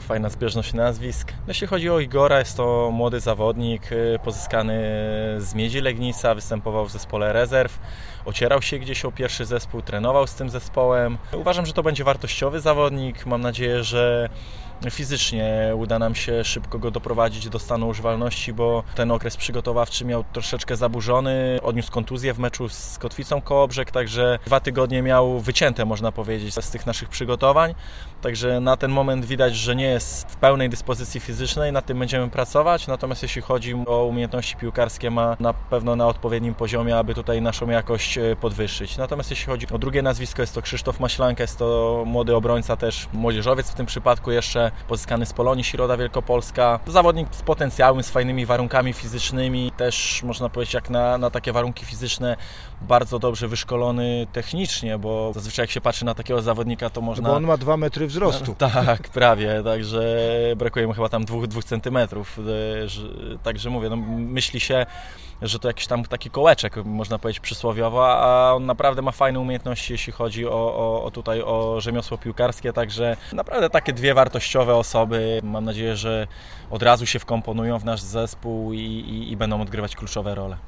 fajna zbieżność nazwisk. Jeśli chodzi o Igora, jest to młody zawodnik, pozyskany z Miedzi Legnica, występował w zespole rezerw, ocierał się gdzieś o pierwszy zespół, trenował z tym zespołem. Uważam, że to będzie wartościowy zawodnik. Mam nadzieję, że fizycznie uda nam się szybko go doprowadzić do stanu używalności, bo ten okres przygotowawczy miał troszeczkę zaburzony. Odniósł kontuzję w meczu z Kotwicą Kołobrzeg, także 2 tygodnie miał wycięte, można powiedzieć, z tych naszych przygotowań. Także na ten moment widać, że nie jest w pełnej dyspozycji fizycznej, nad tym będziemy pracować. Natomiast jeśli chodzi o umiejętności piłkarskie, ma na pewno na odpowiednim poziomie, aby tutaj naszą jakość podwyższyć. Natomiast jeśli chodzi o drugie nazwisko, jest to Krzysztof Maślanka, jest to młody obrońca, też młodzieżowiec w tym przypadku jeszcze, pozyskany z Polonii Środa Wielkopolska. Zawodnik z potencjałem, z fajnymi warunkami fizycznymi, też można powiedzieć jak na takie warunki fizyczne bardzo dobrze wyszkolony technicznie, bo zazwyczaj jak się patrzy na takiego zawodnika, to można... Bo on ma 2 metry wzrostu. Tak, prawie, także brakuje mu chyba tam 2 centymetrów, także mówię, myśli się, że to jakiś tam taki kołeczek, można powiedzieć przysłowiowo, a on naprawdę ma fajne umiejętności, jeśli chodzi o rzemiosło piłkarskie, także naprawdę takie 2 wartościowe osoby. Mam nadzieję, że od razu się wkomponują w nasz zespół i będą odgrywać kluczowe role.